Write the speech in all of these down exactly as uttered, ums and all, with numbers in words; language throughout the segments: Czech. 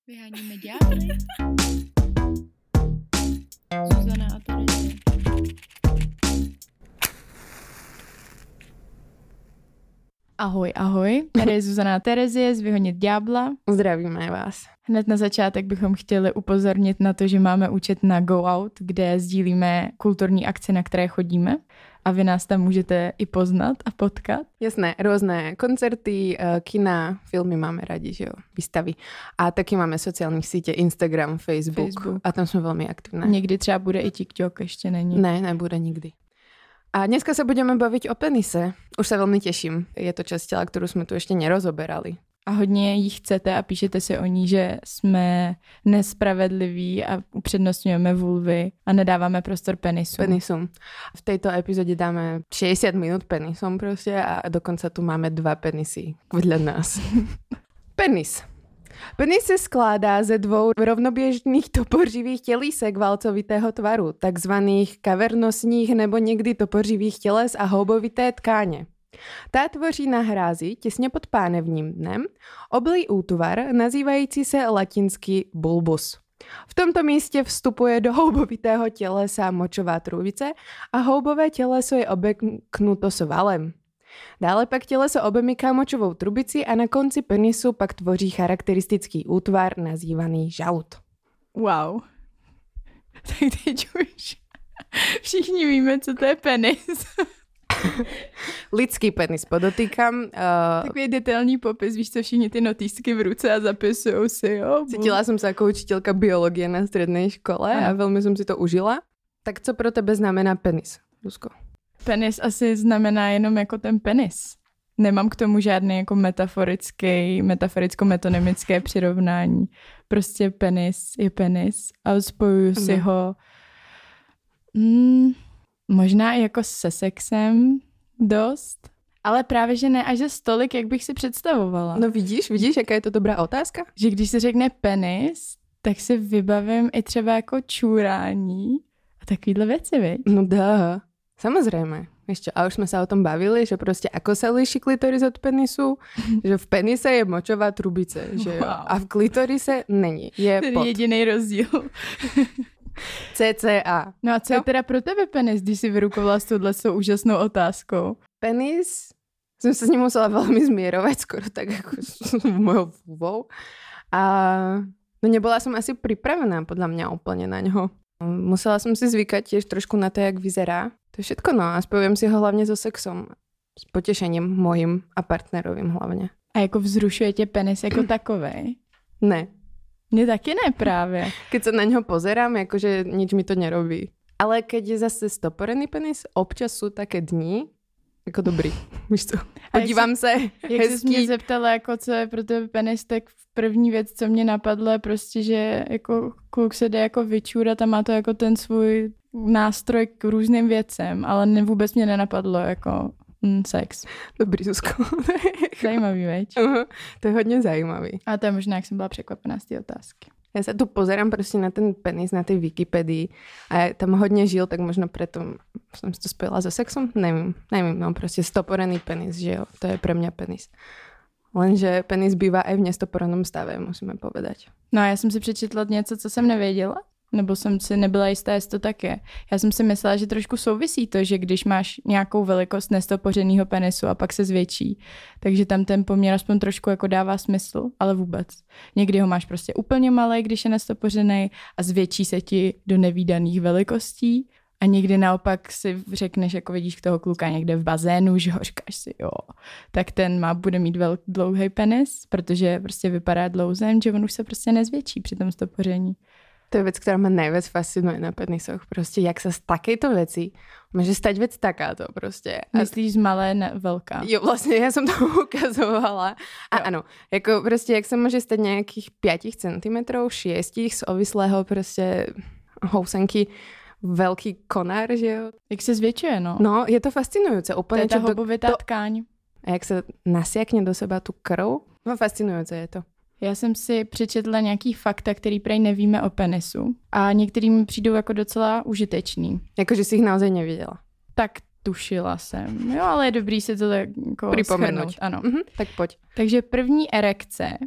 Vyháníme ďábly. Zuzana a Terezie. Ahoj, ahoj. Tady je Zuzana a Terezie z Vyhonit ďábla. Zdravíme vás. Hned na začátek bychom chtěli upozornit na to, že máme účet na Go Out, kde sdílíme kulturní akce, na které chodíme. A vy nás tam můžete i poznat a potkat. Jasné, rôzne koncerty, kina, filmy máme radi, že jo, výstavy. A taky máme sociální sítě Instagram, Facebook, Facebook. A tam jsme velmi aktivní. Někdy třeba bude i TikTok, ještě není. Ne, nebude nikdy. A dneska sa budeme baviť o penise. Už sa veľmi teším. Je to časť tela, ktorú sme tu ešte nerozoberali. A hodně jí chcete a píšete si o ní, že jsme nespravedliví a upřednostňujeme vulvy a nedáváme prostor penisům. Penisům. V tejto epizodě dáme šesťdesiat minút penisom prostě a dokonca tu máme dva penisy vedľa nás. Penis. Penis se skládá ze dvou rovnoběžných topořivých tělísek valcovitého tvaru, takzvaných kavernosních nebo někdy topořivých těles a houbovité tkáně. Ta tvoří na hrázi těsně pod pánevním dnem oblý útvar nazývající se latinsky bulbus. V tomto místě vstupuje do houbovitého tělesa močová trůvice a houbové těleso je obeknuto svalem. Dále pak těleso obemyká močovou trubici a na konci penisu pak tvoří charakteristický útvar nazývaný žalud. Wow. Tak teď už všichni víme, co to je penis. Lidský penis, podotýkam. Uh, Takový detailní popis, víš co, všichni ty notýsky v ruce a zapisujou si, jo. Cítila jsem se jako učitelka biologie na střední škole ano. A velmi jsem si to užila. Tak co pro tebe znamená penis, Luzko? Penis asi znamená jenom jako ten penis. Nemám k tomu žádný jako metaforický, metaforicko-metonymické přirovnání. Prostě penis je penis a spojuju si ano. ho mm, možná i jako se sexem dost, ale právě, že ne až za stolik, jak bych si představovala. No vidíš, vidíš, jaká je to dobrá otázka? Že když se řekne penis, tak si vybavím i třeba jako čůrání a takovýhle věci, viď? No dá. Samozrejme. Ešte, a už sme sa o tom bavili, že proste ako sa líši klitoris od penisu, že v penise je močová trubice, že jo? Wow. A v klitorise není. Je ten pod. Jediný rozdíl. C C A. No a co no? je teda pro tebe penis, když si vyrukovala s touhle úžasnou otázkou? Penis, som sa s ním musela veľmi zmierovať, skoro tak ako s mojou vulvou. A no nebola som asi pripravená podľa mňa úplne na ňo. Musela som si zvykať tiež trošku na to, jak vyzerá. To je všetko, no a spojujem si ho hlavne so sexom. S potešením mojím a partnerovým hlavne. A jako vzrušuje tě penis jako takovej? Ne. Mně taky ne právě. Keď sa na ňo pozerám, akože nič mi to nerobí. Ale keď je zase stoporený penis, občas sú také dni, jako dobrý. Víš co? Podívám jak se, jak hezký. jsi mě zeptala, jako co je pro tebe penis, tak první věc, co mě napadlo, je prostě, že jako kluk se jde jako vyčůrat a má to jako ten svůj nástroj k různým věcem, ale ne, vůbec mě nenapadlo jako mm, sex. Dobrý, Zuzko. Zajímavý, veď? Uh-huh. To je hodně zajímavý. A to je možná, jak jsem byla překvapená z té otázky. Ja sa tu pozerám prostě na ten penis na tej Wikipedii a tam hodně žil, tak možno preto som si to spojila so sexom. Nevím, nevím, no prostě stoporený penis, že jo, to je pre mňa penis. Lenže penis bývá aj v nestoporenom stave, musíme povedať. No a já jsem si přečetla něco, co jsem nevěděla, nebo jsem si nebyla jistá, jestli to tak je. Já jsem si myslela, že trošku souvisí to, že když máš nějakou velikost nestopořenýho penisu a pak se zvětší, takže tam ten poměr aspoň trošku jako dává smysl, ale vůbec. Někdy ho máš prostě úplně malej, když je nestopořenej a zvětší se ti do nevídaných velikostí a někdy naopak si řekneš, jako vidíš k toho kluka někde v bazénu, že ho říkáš si, jo, tak ten má, bude mít velký dlouhý penis, protože prostě vypadá dlouzem, že on už se prostě nezvětší při tom stopoření. To je vec, ktorá ma najviac fascinuje na penisoch. Proste, jak sa z takejto veci môže stať vec takáto proste. A... Myslíš z malé na veľká? Jo, vlastne ja som to ukazovala. A jo. Áno, jako proste, jak sa môže stať nejakých päť centimetrov, šesť z ovislého proste housenky veľký konár, že jo? Jak se zvětšuje, no. No, je to fascinujúce. Úplne, to je tá houbovitá to... tkáň. A jak sa nasiakne do seba tu krv, no fascinujúce je to. Já jsem si přečetla nějaký fakta, který prej nevíme o penisu a některý mi přijdou jako docela užitečný. Jakože si jich naozaj neviděla. Tak tušila jsem, jo, ale je dobrý si to tak jako připomenout. Ano. Mhm, tak pojď. Takže první erekce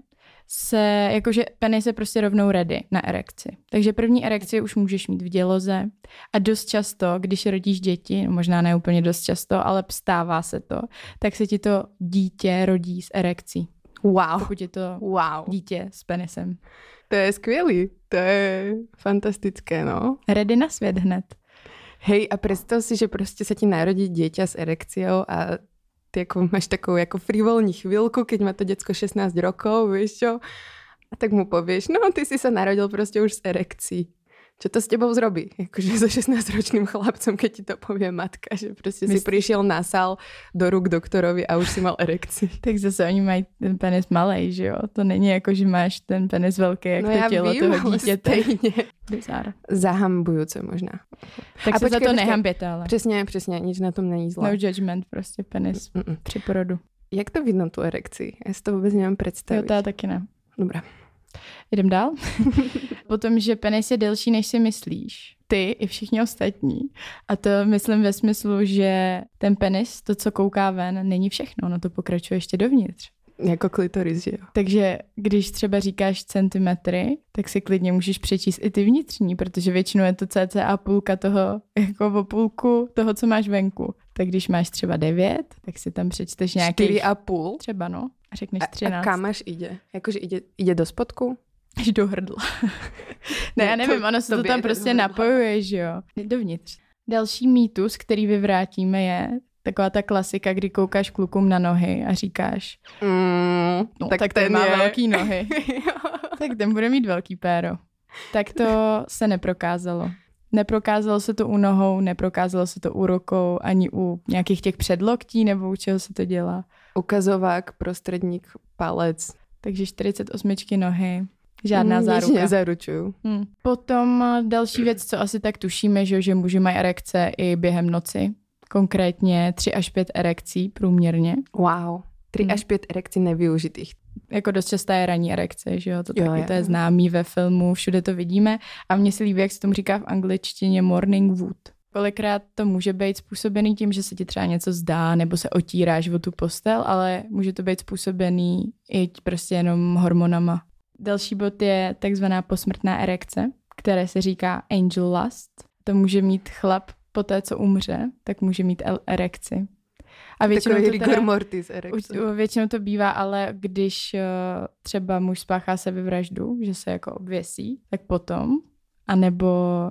se, jakože penis je prostě rovnou ready na erekci. Takže první erekci už můžeš mít v děloze a dost často, když rodíš děti, no možná ne úplně dost často, ale stává se to, tak se ti to dítě rodí s erekcí. Wow. Pokud je to wow. dítě s penisem. To je skvělý, to je fantastické, no. Ready na svět hned. Hej, a predstav si, že prostě sa ti narodí dieťa s erekciou a ty ako máš takovou jako frivolní chvíľku, keď má to decko šestnásť rokov, vieš čo? A tak mu povieš, no ty si sa narodil prostě už s erekcí. Čo to s tebou zrobí? Jakože so šestnásťročným chlapcom, keď ti to povie matka, že prostě si prišiel na sál do ruk doktorovi a už si mal erekci. Tak zase oni mají ten penis malej, že jo? To není jako, že máš ten penis velký, jak no to tělo vím, toho dítěte. Bizár. Zahambujúce možná. Tak a se počkej, za to nehamběte, ale. Přesně, přesně, nič na tom není zlé. No judgment, prostě penis Mm-mm. při porodu. Jak to vidno tu erekci? Já si to vůbec nemám představit. Jo, to já taky ne. Dobrá. Jdem dál. Potom, že penis je delší, než si myslíš. Ty i všichni ostatní. A to myslím ve smyslu, že ten penis, to, co kouká ven, není všechno. No to pokračuje ještě dovnitř. Jako klitoris, že jo. Takže když třeba říkáš centimetry, tak si klidně můžeš přečíst i ty vnitřní, protože většinou je to cca půlka toho, jako o půlku toho, co máš venku. Tak když máš třeba devět, tak si tam přečteš nějaký... čtyři a půl? Třeba no. A řekneš třináct. A, a kam až ide? Jakože ide, ide do spodku? Až do hrdla. Ne, já nevím, ono se to tam prostě napojuje, že jo. Dovnitř. Další mýtus, který vyvrátíme, je taková ta klasika, kdy koukáš klukům na nohy a říkáš, mm, no, tak, tak ten, ten má je... velký nohy. Tak ten bude mít velký péro. Tak to se neprokázalo. Neprokázalo se to u nohou, neprokázalo se to u rukou, ani u nějakých těch předloktí, nebo u čeho se to dělá. Ukazovák, prostředník, palec. Takže čtyřicet osm nohy. Žádná mm, záruka. Nic nezaručuju. Hmm. Potom další věc, co asi tak tušíme, že, že muži mají erekce i během noci. Konkrétně tři až pět erekcí průměrně. Wow. tři hmm. až pět erekcí nevyužitých. Jako dost častá je ranní erekce, že jo? To, jo, taky, jo. to je známý ve filmu, všude to vidíme. A mně se líbí, jak se tomu říká v angličtině morning wood. Kolikrát to může být způsobený tím, že se ti třeba něco zdá, nebo se otíráš o tu postel, ale může to být způsobený i prostě jenom hormonama. Další bod je takzvaná posmrtná erekce, které se říká angel lust. To může mít chlap po té, co umře, tak může mít erekci. A většinou Takový to rigor teda, mortis erekce. Většinou to bývá, ale když uh, třeba muž spáchá sebevraždu, že se jako obvěsí, tak potom, anebo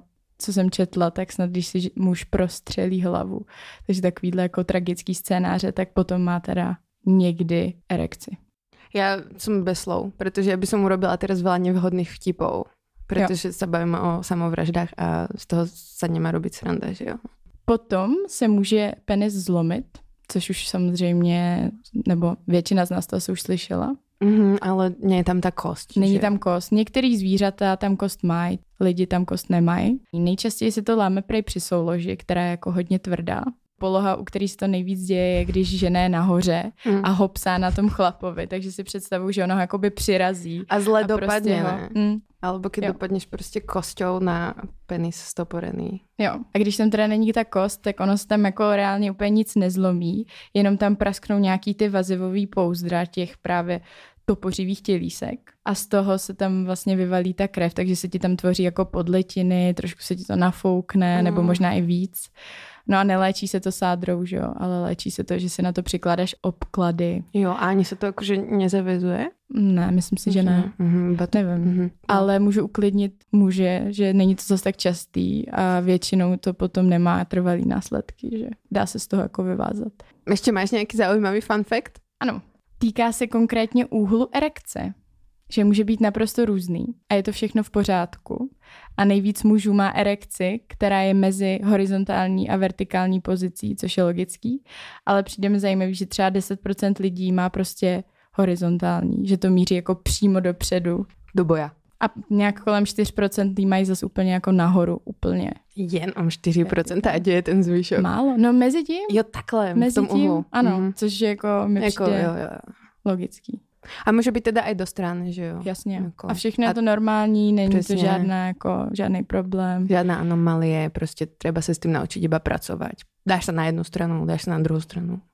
co jsem četla, tak snad když si muž prostřelí hlavu, takže takovýhle jako tragický scénáře, tak potom má teda někdy erekci. Ja som bez slov, pretože ja by som urobila teraz veľa nevhodných vtipov, pretože jo. sa bavíme o samovraždách a z toho sa nemá robiť sranda, že jo. Potom se může penis zlomit, což už samozřejmě, nebo většina z nás to asi už slyšela. Mm-hmm, ale nie je tam ta kost. Není že? tam kost. Některý zvířata tam kost mají, lidi tam kost nemají. Nejčastěji se to láme prej při souloži, která je jako hodně tvrdá. Poloha, u který se to nejvíc děje, je, když žena je nahoře mm. a hopsá na tom chlapovi. Takže si představuji, že ono ho jakoby přirazí. A zle a dopadne, prostě ho, mm, Alebo keď jo. dopadneš prostě kosťou na penis stoporený. Jo. A když tam teda není ta kost, tak ono se tam jako reálně úplně nic nezlomí. Jenom tam prasknou nějaký ty vazivový pouzdra těch právě topořivých tělísek. A z toho se tam vlastně vyvalí ta krev, takže se ti tam tvoří jako podletiny, trošku se ti to nafoukne, mm. nebo možná i víc. No a neléčí se to sádrou, že jo, ale léčí se to, že si na to přikládáš obklady. Jo, a ani se to jakože nezavezuje? Ne, myslím si, že ne. Mm-hmm, but... Nevím. Mm-hmm. Ale můžu uklidnit muže, že není to zase tak častý a většinou to potom nemá trvalý následky, že dá se z toho jako vyvázat. Ještě máš nějaký zaujímavý fun fact? Ano. Týká se konkrétně úhlu erekce, že může být naprosto různý a je to všechno v pořádku. A nejvíc mužů má erekci, která je mezi horizontální a vertikální pozicí, což je logický, ale přijde mi zajímavý, že třeba deset procent lidí má prostě horizontální, že to míří jako přímo dopředu. Do boja. A nějak kolem čtyři procenta mají zase úplně jako nahoru, úplně. Jen o čtyři procenta a kde je ten zvyšok? Málo, no mezi tím. Jo, takhle, mezi v tom tím, uhlu. Ano, mm. což je jako mi jako, přijde jo, jo. logický. A může být teda i do strany, že jo? Jasně. Jako. A všechno je to normální, není Přesně. to žádná, jako, žádný problém. Žádná anomálie, prostě treba se s tím naučit iba pracovat. Dáš se na jednu stranu, dáš se na druhou stranu.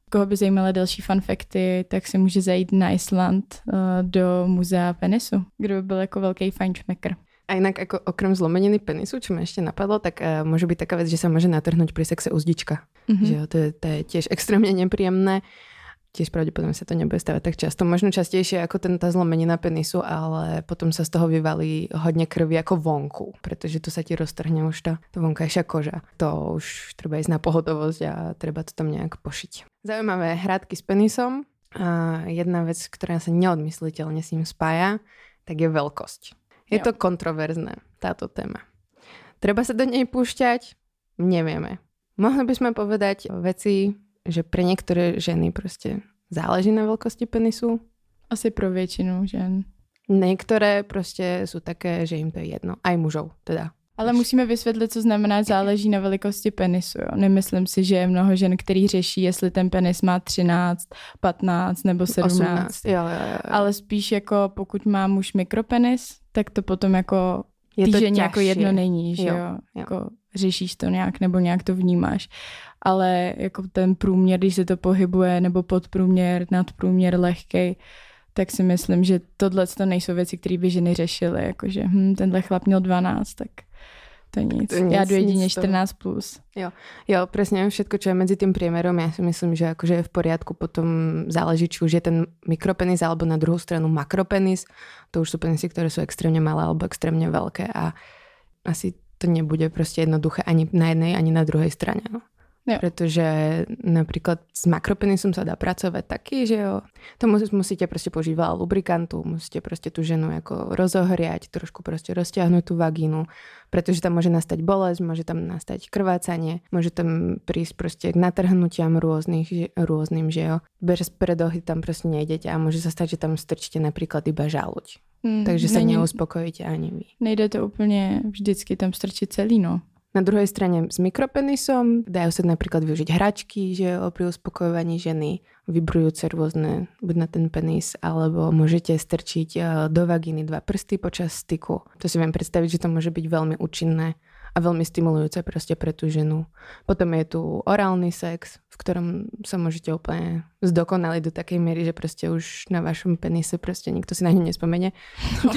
Koho by zajímaly další fun facty, tak si může zajít na Island uh, do muzea penisu, kde by byl jako velký fajnšmekr. A inak ako okrem zlomeniny penisu, čo ma ešte napadlo, tak uh, môže byť taká vec, že sa môže natrhnúť pri sexe uzdička. Mm-hmm. Že to je, to je tiež extrémne nepríjemné. Tiež pravdepodobne sa to nebude stávať tak často. Možno častejšie ako ten, tá zlomenina penisu, ale potom sa z toho vyvalí hodne krvi ako vonku, pretože tu sa ti roztrhne už tá, tá vonkajšia koža. To už treba ísť na pohotovosť a treba to tam nejak pošiť. Zaujímavé hrádky s penisom. A jedna vec, ktorá sa neodmysliteľne s ním spája, tak je veľkosť. Je jo. To kontroverzné, táto téma. Treba sa do nej púšťať? Nevieme. Mohli by sme povedať veci, že pre niektoré ženy proste záleží na veľkosti penisu? Asi pro většinu žen. Niektoré proste sú také, že im to je jedno. Aj mužov teda. Ale musíme vysvětlit, co znamená záleží na velikosti penisu. Jo. Nemyslím si, že je mnoho žen, který řeší, jestli ten penis má třináct, patnáct nebo sedmnáct. osmnáct. Jo, jo, jo. Ale spíš jako pokud má muž mikropenis, tak to potom jako je to ženě jako jedno není, že jo. jo. Jako řešíš to nějak nebo nějak to vnímáš. Ale jako ten průměr, když se to pohybuje, nebo podprůměr, nadprůměr, lehkej, tak si myslím, že tohle to nejsou věci, které by ženy řešily. Jakože hm, tenhle chlap měl dvanásť, tak to nic. To nic ja jdu jedině štrnásť plus. Jo, jo, presne všetko, čo je medzi tým priemerom, ja si myslím, že akože je v poriadku, potom záleží, či už je ten mikropenis, alebo na druhú stranu makropenis. To už sú penisy, ktoré sú extrémne malé, alebo extrémne veľké a asi to nebude proste jednoduché ani na jednej, ani na druhej strane. No. Jo. Pretože napríklad s makropenisom sa dá pracovať taký, že jo, to musíte proste použiť veľa lubrikantu, musíte proste tú ženu ako rozohriať, trošku proste roztiahnuť tú vagínu, pretože tam môže nastať bolesť, môže tam nastať krvácanie, môže tam prísť proste k natrhnutiam rôznych, rôznym, že jo. Bez predohy tam proste nejdete a môže sa stať, že tam strčíte napríklad iba žaluď. Hmm, Takže sa není, neuspokojíte ani vy. Nejde to úplne vždycky tam strčiť celý, no. Na druhej strane s mikropenisom dajú sa napríklad využiť hračky, že pri uspokojovaní ženy, vibrujúce rôzne, buď na ten penis, alebo môžete strčiť do vagíny dva prsty počas styku. To si viem predstaviť, že to môže byť veľmi účinné a veľmi stimulujúce proste pre tú ženu. Potom je tu orálny sex, v ktorom sa môžete úplne zdokonaliť do takej miery, že proste už na vašom penise proste nikto si na ňu nespomene. No.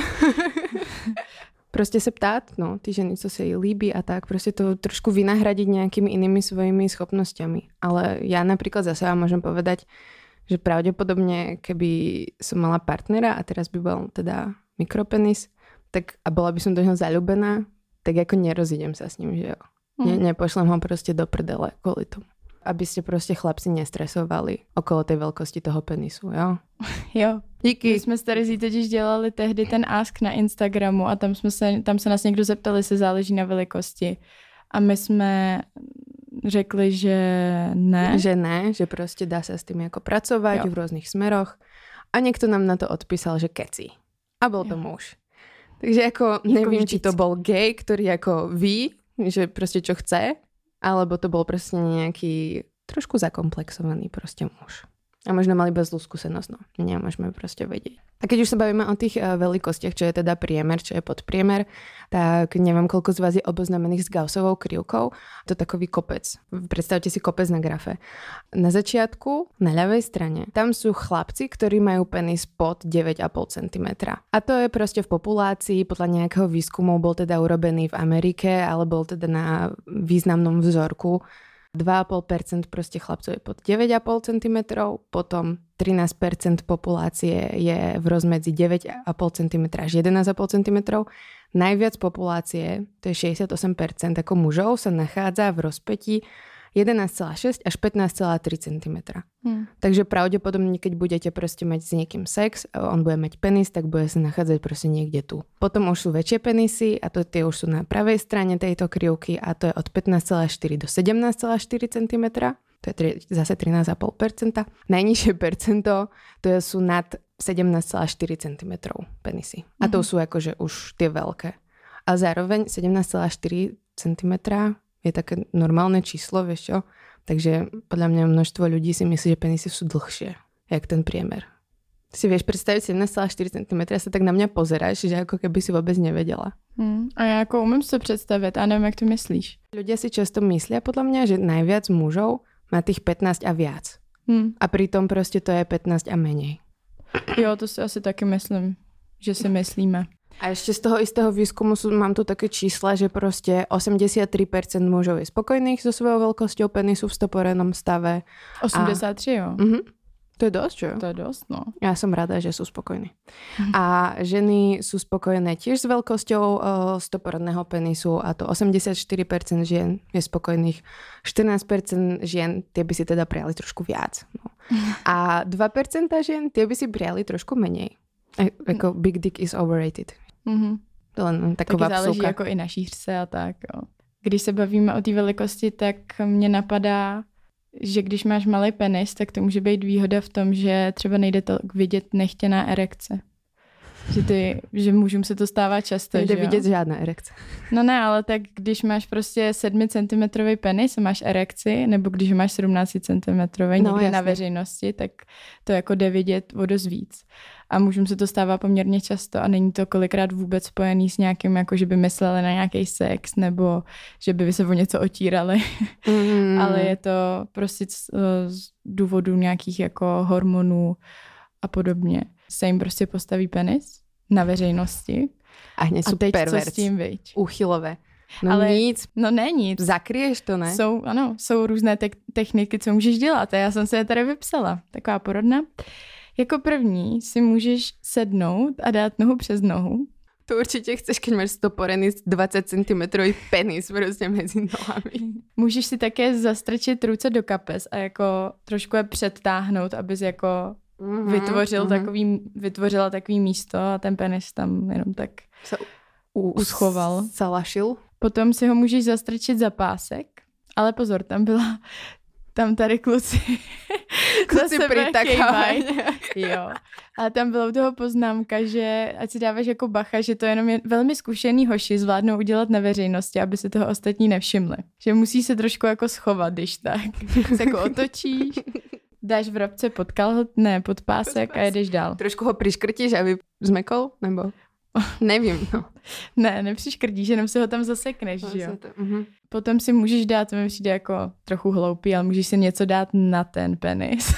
Proste sa ptát, no, tí ženy, co sa jej líbi a tak, proste to trošku vynahradiť nejakými inými svojimi schopnosťami. Ale ja napríklad za seba môžem povedať, že pravdepodobne, keby som mala partnera a teraz by bol teda mikropenis, tak a bola by som do neho zaľúbená, tak ako nerozídem sa s ním, že jo. Ne, nepošlem ho proste do prdele kvôli tomu. Aby ste proste chlapci nestresovali okolo tej veľkosti toho penisu, jo? Jo. Díky. My jsme s Terizí totiž dělali tehdy ten ask na Instagramu a tam, jsme se, tam se nás někdo zeptali, jestli záleží na velikosti. A my jsme řekli, že ne. Že ne, že proste dá sa s tým ako pracovať jo. v rôznych smeroch. A niekto nám na to odpísal, že keci. A bol to jo. muž. Takže ako neviem, či to bol gay, ktorý ako ví, že proste čo chce, alebo to bol proste nejaký trošku zakomplexovaný proste muž. A možno mali bez zlú skúsenosť, no. Nemôžeme proste vedieť. A keď už sa bavíme o tých uh, veľkostiach, čo je teda priemer, čo je podpriemer, tak neviem, koľko z vás je oboznamených s Gaussovou krivkou. To je takový kopec. Predstavte si kopec na grafe. Na začiatku, na ľavej strane, tam sú chlapci, ktorí majú penis pod deväť a pol centimetra. A to je proste v populácii, podľa nejakého výskumu bol teda urobený v Amerike, ale bol teda na významnom vzorku. dva a pol percenta proste chlapcov je pod deväť a pol centimetra, potom trinásť percent populácie je v rozmedzi deväť a pol centimetra až jedenásť a pol centimetra. Najviac populácie, to je šesťdesiatosem percent ako mužov, sa nachádza v rozpätí jedenásť celá šesť až pätnásť celá tri centimetra. Hmm. Takže pravdepodobne, keď budete proste mať s niekým sex, on bude mať penis, tak bude sa nachádzať proste niekde tu. Potom už sú väčšie penisy a to tie už sú na pravej strane tejto krivky a to je od pätnásť celá štyri do sedemnásť celá štyri centimetra. To je tri, zase trinásť a pol percenta. Najnižšie percento to sú nad sedemnásť celá štyri centimetra penisy. A to hmm. sú akože už tie veľké. A zároveň sedemnásť celá štyri centimetra je také normálne číslo, vieš čo? Takže podľa mňa množstvo ľudí si myslí, že penisy sú dlhšie, jak ten priemer. Si vieš predstaviť sedemnásť celá štyri centimetra, sa tak na mňa pozeráš, že ako keby si vôbec nevedela. Hmm. A ja ako umím si to predstaviť, a neviem, jak to myslíš. Ľudia si často myslia podľa mňa, že najviac mužov má tých pätnásť a viac. Hmm. A pritom prostě to je pätnásť a menej. Jo, to si asi taky myslím, že si myslíme. A ešte z toho istého výskumu sú, mám tu také čísla, že proste osemdesiattri percent mužov je spokojných so svojou veľkosťou penisu v stoporenom stave. osmdesát tři, jo. Uh-huh. To je dosť, čo? To je dosť, no. Ja som rada, že sú spokojní. Uh-huh. A ženy sú spokojné tiež s veľkosťou uh, stoporeného penisu a to osemdesiatštyri percent žien je spokojných. štrnásť percent žien, tie by si teda prijali trošku viac. No. A dva percentá žien, tie by si prijali trošku menej. E- ako big dick is overrated. Mm-hmm. To len taková taky záleží psouka. jako i na šířce a tak. Jo. Když se bavíme o té velikosti, tak mě napadá, že když máš malý penis, tak to může být výhoda v tom, že třeba nejde to vidět nechtěná erekce. Že, ty, že mužům se to stává často. Nejde že vidět žádná erekce. No ne, ale tak když máš prostě sedmi centimetrový penis a máš erekci, nebo když máš sedmnáct centimetrový no, někde jasně. na veřejnosti, tak to jako jde vidět o dost víc. A mužům se to stává poměrně často a není to kolikrát vůbec spojený s nějakým, jako že by mysleli na nějaký sex, nebo že by se o něco otírali. Mm. Ale je to prostě z, z důvodu nějakých jako hormonů a podobně. Se jim prostě postaví penis na veřejnosti. A hneď a sú teď perverc. co s tím, viď? Úchylové. No ale nic. No ne nic. Zakryješ to, ne? Jsou, ano, jsou různé te- techniky, co můžeš dělat. A já jsem se je tady vypsala. Taková poradna. Jako první si můžeš sednout a dát nohu přes nohu. To určitě chceš, keď máš stoporený dvacet centimetrový penis prostě mezi nohami. Můžeš si také zastrčit ruce do kapes a jako trošku je předtáhnout, abys jako mm-hmm, vytvořil mm-hmm. takový, vytvořila takový místo a ten penis tam jenom tak se u- uschoval. Salašil. Potom si ho můžeš zastrčit za pásek, ale pozor, tam byla, tam tady kluci, kluci pritakávají. Jo. A tam byla u toho poznámka, že ať si dáváš jako bacha, že to jenom je velmi zkušený hoši zvládnou udělat na veřejnosti, aby se toho ostatní nevšimli. Že musí se trošku jako schovat, když tak. Se jako otočíš, dáš vrabce pod kalhot, ne, pod pásek a jedeš dál. Trošku ho přiškrtíš, aby zmekol, nebo? Nevím, no. Ne, nepřiškrtíš, jenom si ho tam zasekneš, no, že jo. To, uh-huh. Potom si můžeš dát, to mi přijde jako trochu hloupý, ale můžeš si něco dát na ten penis.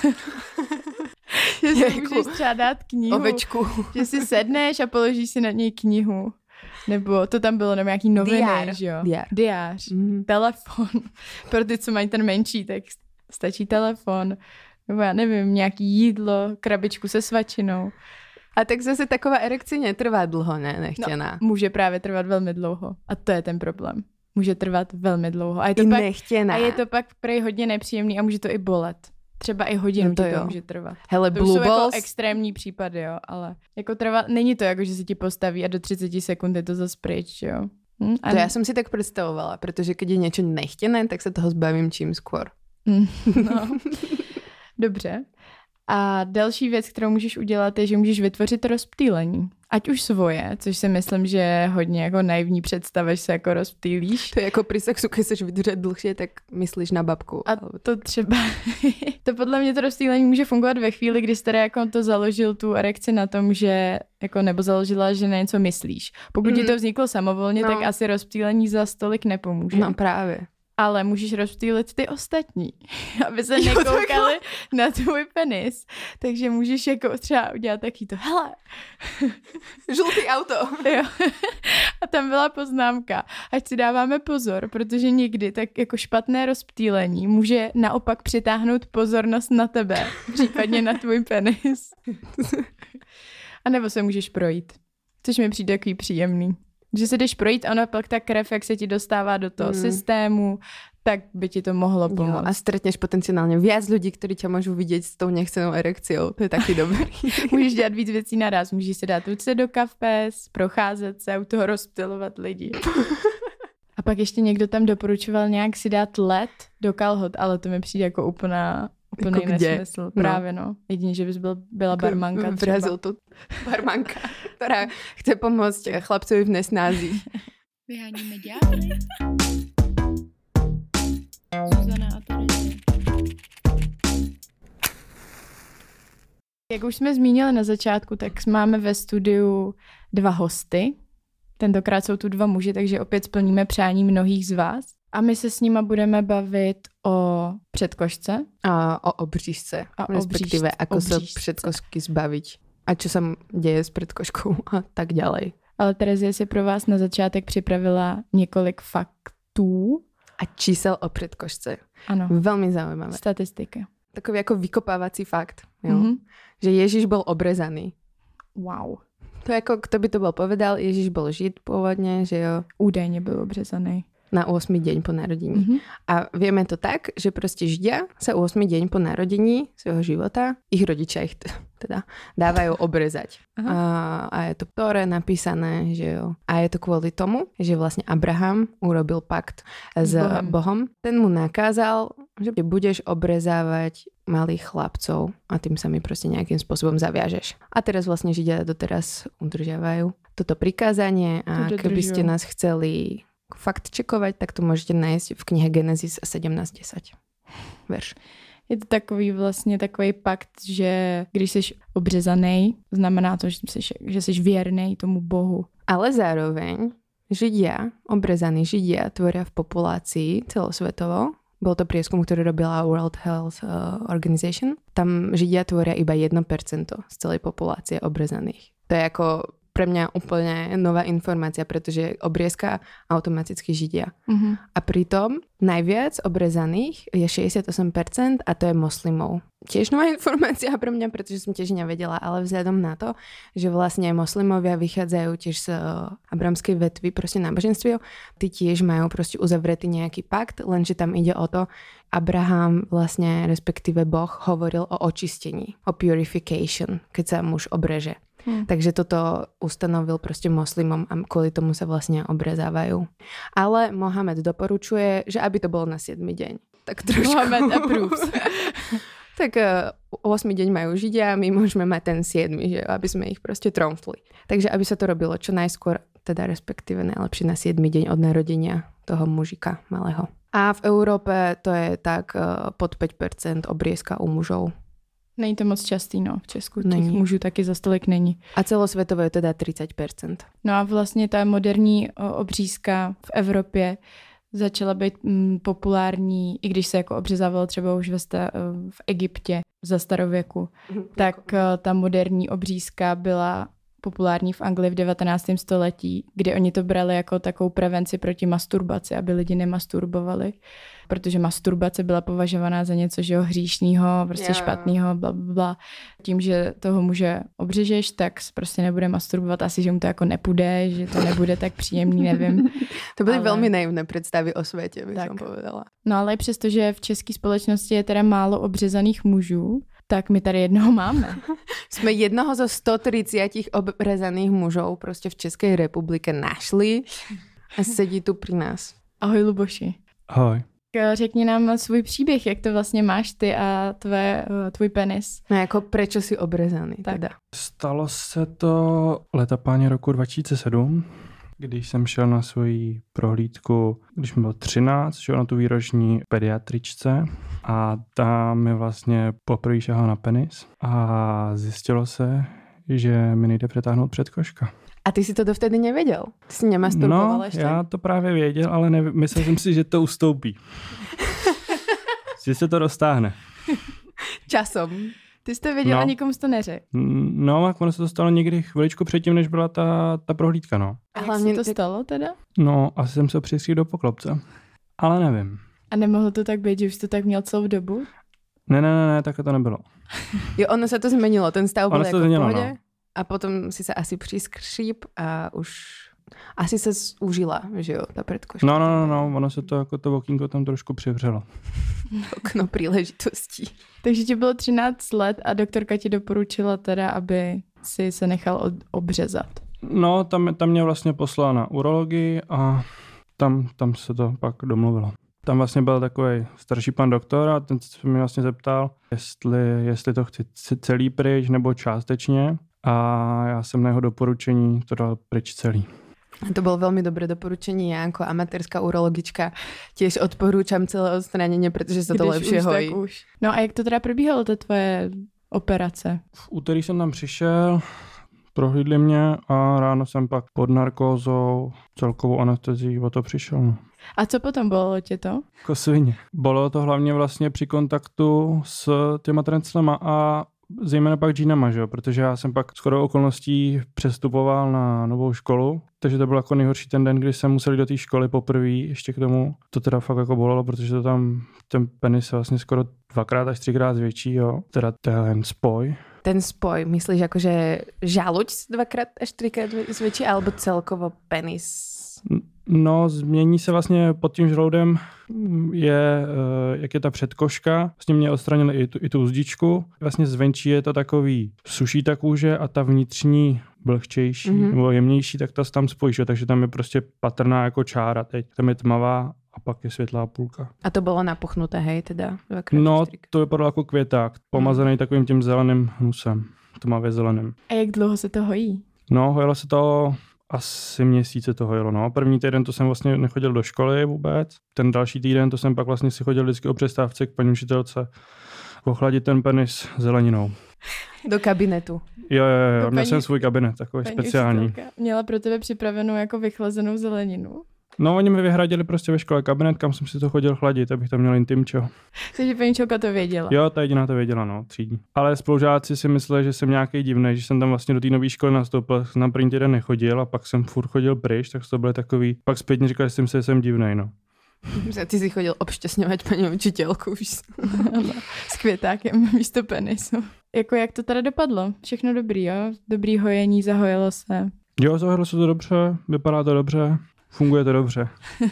Že si Jejku. můžeš třeba dát knihu. Ovečku. Že si sedneš a položíš si na něj knihu. Nebo to tam bylo, nebo nějaký noviny, Diár. že jo. Diár. Diář. Mm. Telefon. Pro ty, co mají ten menší text. Stačí telefon. Nebo já nevím, nějaký jídlo, krabičku se svačinou. A tak zase taková erekce netrvá dlho, ne? Nechtěná. No, může právě trvat velmi dlouho. A to je ten problém. Může trvat velmi dlouho. A je to, I pak, nechtěná. a je to pak prej hodně nepříjemný a může to i bolet. Třeba i hodinu no to ti to jo. může trvat. Hele, to blue jsou jako balls. extrémní případy, jo, ale jako trvá, není to jako, že se ti postaví a do třicet sekund je to zase pryč, jo. Hm? To já jsem si tak představovala, protože když je něco nechtěné, tak se toho zbavím čím skôr. No. Dobře. A další věc, kterou můžeš udělat, je, že můžeš vytvořit rozptýlení. Ať už svoje, což si myslím, že je hodně jako naivní představa, že se jako rozptýlíš. To je jako při sexu, když chceš vydržet dlhšie, tak myslíš na babku. A to třeba, to podle mě to rozptýlení může fungovat ve chvíli, kdy jsi teda jako to založil tu erekci na tom, že jako nebo založila, že na něco myslíš. Pokud mm. ti to vzniklo samovolně, no. tak asi rozptýlení za stolik nepomůže. No právě. Ale můžeš rozptýlit ty ostatní, aby se nekoukali na tvůj penis. Takže můžeš jako třeba udělat taky to, hele. Žlutý auto. Jo. A tam byla poznámka, ať si dáváme pozor, protože někdy tak jako špatné rozptýlení může naopak přitáhnout pozornost na tebe, případně na tvůj penis. A nebo se můžeš projít, což mi přijde takový příjemný. Že se jdeš projít, ono pak ta krev, jak se ti dostává do toho mm. systému, tak by ti to mohlo pomoct. Jo, a stretneš potenciálně viac lidí, kteří tě můžou vidět s tou nechcenou erekciou. To je taky dobrý. Můžeš dělat víc věcí naraz. Můžeš si dát ruce do kapes, procházet se, u toho rozptylovat lidi. A pak ještě někdo tam doporučoval nějak si dát led do kalhot, ale to mi přijde jako úplná úplný jako nesmysl. No. Právě no. Jedině, že bys byl, byla barmanka třeba. Vrazil to barmanka, která chce pomoct chlapcovi v nesnázi. Vyháníme ďábly. Zuzana a Terezie. Jak už jsme zmínili na začátku, tak máme ve studiu dva hosty. Tentokrát jsou tu dva muži, takže opět splníme přání mnohých z vás. A my se s nima budeme bavit o předkošce. A o obřízce. A respektíve obřízce, ako obřízce. sa předkošky zbaviť. A čo sa deje s předkoškou a tak ďalej. Ale Terezie si pro vás na začátek připravila několik faktů. A čísel o předkošce. Ano. Veľmi zaujímavé. Statistika. Takový jako vykopávací fakt. Jo? Mm-hmm. Že Ježiš bol obrezaný. Wow. To jako, kto by to bol povedal, Ježiš bol žid pôvodne, že jo. Údajně byl obřezaný. Na ôsmy deň po narodení. Mm-hmm. A vieme to tak, že proste Židia sa ôsmy deň po narodení svojho života, ich rodičia ich t- teda dávajú obrezať. A, a je to Tóre napísané, že jo. A je to kvôli tomu, že vlastne Abraham urobil pakt s Bohem. Bohom. Ten mu nakázal, že budeš obrezávať malých chlapcov a tým sa mi proste nejakým spôsobom zaviažeš. A teraz vlastne Židia doteraz udržiavajú toto prikázanie a keby ste nás chceli fakt čekovať, tak to môžete nájsť v knihe Genesis sedmnáct desať. Verš. Je to takový vlastně takový pakt, že když jsi obřezaný, znamená to, že jsi, že jsi věrný tomu Bohu. Ale zároveň Židia, obrezaní Židia tvoria v populácii celosvetovo. Bol to prieskum, ktorý robila World Health Organization. Tam Židia tvoria iba jedno percento z celej populácie obrezaných. To je ako pre mňa úplne nová informácia, pretože obriezka automaticky Židia. Mm-hmm. A pritom najviac obrezaných je šesťdesiatosem percent a to je moslimov. Tiež nová informácia pre mňa, pretože som tiež nevedela, ale vzhľadom na to, že vlastne moslimovia vychádzajú tiež z abramskej vetvy, proste náboženstiev, tí tiež majú proste uzavretý nejaký pakt, lenže tam ide o to, Abraham vlastne, respektíve Boh, hovoril o očistení, o purification, keď sa muž obreže. Hmm. Takže toto ustanovil proste moslimom a kvôli tomu sa vlastne obrezávajú. Ale Mohamed doporučuje, že aby to bolo na siedmy deň. Tak trošku. Mohamed approves. Tak ôsmy deň majú Židia, my môžeme mať ten siedmy, že aby sme ich proste tromfli. Takže aby sa to robilo čo najskôr, teda respektíve najlepšie na siedmy deň od narodenia toho mužika malého. A v Európe to je tak pod päť percent obriezka u mužov. Není to moc častý, no, v Česku těch není. mužů taky za stolik není. A celosvětové je teda třicet percent. No a vlastně ta moderní obřízka v Evropě začala být mm, populární, i když se jako obřezávalo třeba už ve sta- v Egyptě za starověku, tak ta moderní obřízka byla populární v Anglii v devatenáctém století, kdy oni to brali jako takovou prevenci proti masturbaci, aby lidi nemasturbovali, protože masturbace byla považovaná za něco, že jo, hříšnýho, prostě yeah. špatného, bla, bla, bla. Tím, že toho muže obřežeš, tak prostě nebude masturbovat, asi, že mu to jako nepůjde, že to nebude tak příjemný, nevím. To byly ale... velmi naivné představy o světě, bych jsem povedala. No ale přesto, že v české společnosti je teda málo obřezaných mužů, tak my tady jednoho máme. Jsme jednoho zo sto tridsať obrezaných mužov prostě v České republike našli a sedí tu pri nás. Ahoj Luboši. Ahoj. Řekni nám svůj příběh, jak to vlastně máš ty a tvé, tvůj penis. No jako prečo si obrezaný tak. teda? Stalo se to leta páně roku dva tisíce sedm, když jsem šel na svoji prohlídku, když mi bylo třináct, šel na tu výroční pediatričce a tam mi vlastně poprvé šahal na penis a zjistilo se, že mi nejde přetáhnout předkoška. A ty si to dovtedy nevěděl? Ty jsi nemasturboval no, ještě? Já to právě věděl, ale nev- myslel jsem si, že to ustoupí. Že se to roztáhne. Časom. Ty jsi to věděl no. a nikomu jsi to neřekl. No, a ono se to stalo někdy chviličku předtím, než byla ta, ta prohlídka, no. A hlavně to stalo teda? No, asi jsem se přistřihl do poklopce. Ale nevím. A nemohlo to tak být, že už jsi to tak měl celou dobu? Ne, ne, ne, ne, tak to nebylo. Jo, ono se to změnilo, ten stav byl jako v změnilo, pohodě no. A potom si se asi přiskříp a už asi se užila, že jo, ta předkoška. No, no, no, no, ono se to jako to okýnko tam trošku přivřelo. Okno příležitostí. Takže ti bylo třináct let a doktorka ti doporučila teda, aby si se nechal od, obřezat. No, tam, tam mě vlastně poslala na urologii a tam, tam se to pak domluvilo. Tam vlastně byl takový starší pan doktor a ten se mě vlastně zeptal, jestli, jestli to chci celý pryč nebo částečně a já jsem na jeho doporučení to dal pryč celý. To bolo veľmi dobré doporučenie. Ja ako amatérska urologička tiež odporúčam celé odstranenie, pretože sa to Když lepšie už, hojí. už. No a jak to teda probíhalo, to tvoje operace? V úterý jsem tam přišel, prohlídli mě a ráno jsem pak pod narkózou celkovou anestezií o to přišel. No. A co potom bolelo tě to? Jako svině. Bolelo to hlavně vlastně při kontaktu s těma trenclema a zejména pak džínama, že jo? Protože já jsem pak skoro okolností přestupoval na novou školu, takže to byl jako nejhorší ten den, kdy jsem musel jít do té školy poprvé ještě k tomu. To teda fakt jako bolelo, protože to tam ten penis vlastně skoro dvakrát až třikrát zvětší, jo? Teda ten spoj. Ten spoj, myslíš akože žaluď dvakrát až trikrát zväčší, alebo celkovo penis? No, změní se vlastně pod tím žaludem, je, jak je ta předkoška, vlastně mě odstranili i tu, i tu uzdičku. Vlastně zvenčí je to takový, suší ta kůže a ta vnitřní vlhčejší mm-hmm. nebo jemnější, tak ta se tam spojíš, takže tam je prostě patrná jako čára teď. Tam je tmavá a pak je světlá půlka. A to bylo napuchnuté, hej, teda? Dvakrát, no, čtyřikrát. to vypadalo jako květák, pomazaný mm. takovým tím zeleným hnusem, tmavě zeleným. A jak dlouho se to hojí? No, hojilo se to asi měsíce to hojilo, no. První týden to jsem vlastně nechodil do školy vůbec. Ten další týden to jsem pak vlastně si chodil vždycky o přestávce k paní učitelce ochladit ten penis zeleninou. Do kabinetu. Jo, jo, jo, měl jsem svůj kabinet, takový speciální. Měla pro tebe připravenou jako vychlazenou zeleninu. No, oni mi vyhradili prostě ve škole kabinet, kam jsem si to chodil chladit, abych tam měl intimčo. Takže paní Čelka to věděla. Jo, ta jediná to věděla, no, třídní. Ale spolužáci si mysleli, že jsem nějaký divný, že jsem tam vlastně do té nové školy nastoupil, jsem na první týden nechodil a pak jsem furt chodil pryč, tak to byly takový, pak zpětně říkali, že jsem si, že jsem divnej, no. Ty si chodil obšťastňovat paní učitelku už. S květákem místo penisu. Jako jak to teda dopadlo? Všechno dobrý, jo? Dobrý hojení, zahojilo se. Jo, zahojilo se to dobře, vypadá to dobře. Funguje to dobře.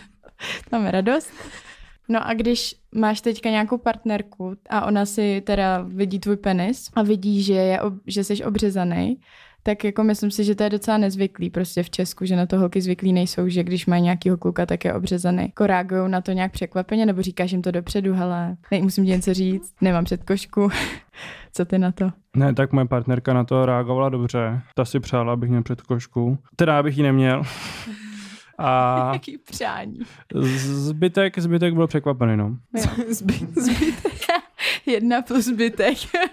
Máme radost. No a když máš teďka nějakou partnerku a ona si teda vidí tvůj penis a vidí, že, je, že jsi obřezaný, tak jako myslím si, že to je docela nezvyklý prostě v Česku, že na to holky zvyklí nejsou, že když mají nějakýho kluka, tak je obřezaný. Jako reagujou na to nějak překvapeně, nebo říkáš jim to dopředu, hele, nej, musím ti něco říct, nemám předkošku. Co ty na to? Ne, tak moje partnerka na to reagovala dobře. Ta si přála, abych měl předkošku. Teda abych ji neměl. A jaký přání. Zbytek, zbytek byl překvapený, no. Zby, zbytek. Jedna plus zbytek.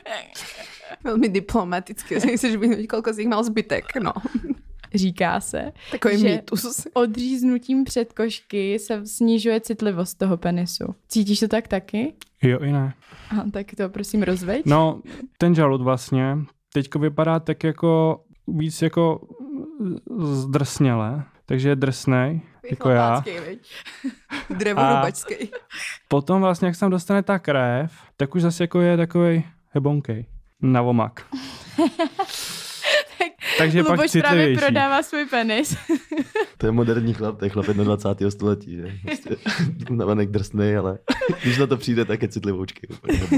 Velmi diplomaticky. Chceš vyhnout, kolko z nich mal zbytek, no. Říká se, takový že mýtus. Odříznutím předkošky se snižuje citlivost toho penisu. Cítíš to tak taky? Jo i ne. Aha, tak to prosím rozveď. No, ten žalud vlastně teďko vypadá tak jako víc jako zdrsněle. Takže je drsnej, jako já. Drevorubačský. Potom vlastně, jak se tam dostane ta krev, tak už zase jako je takovej hebonkej. Na omak. Takže Luboš pak citlivější. Právě prodává svůj penis. To je moderní chlap, to je chlap dvacátého století. Že? Prostě navenek drsnej, ale když na to přijde, tak je citlivoučky.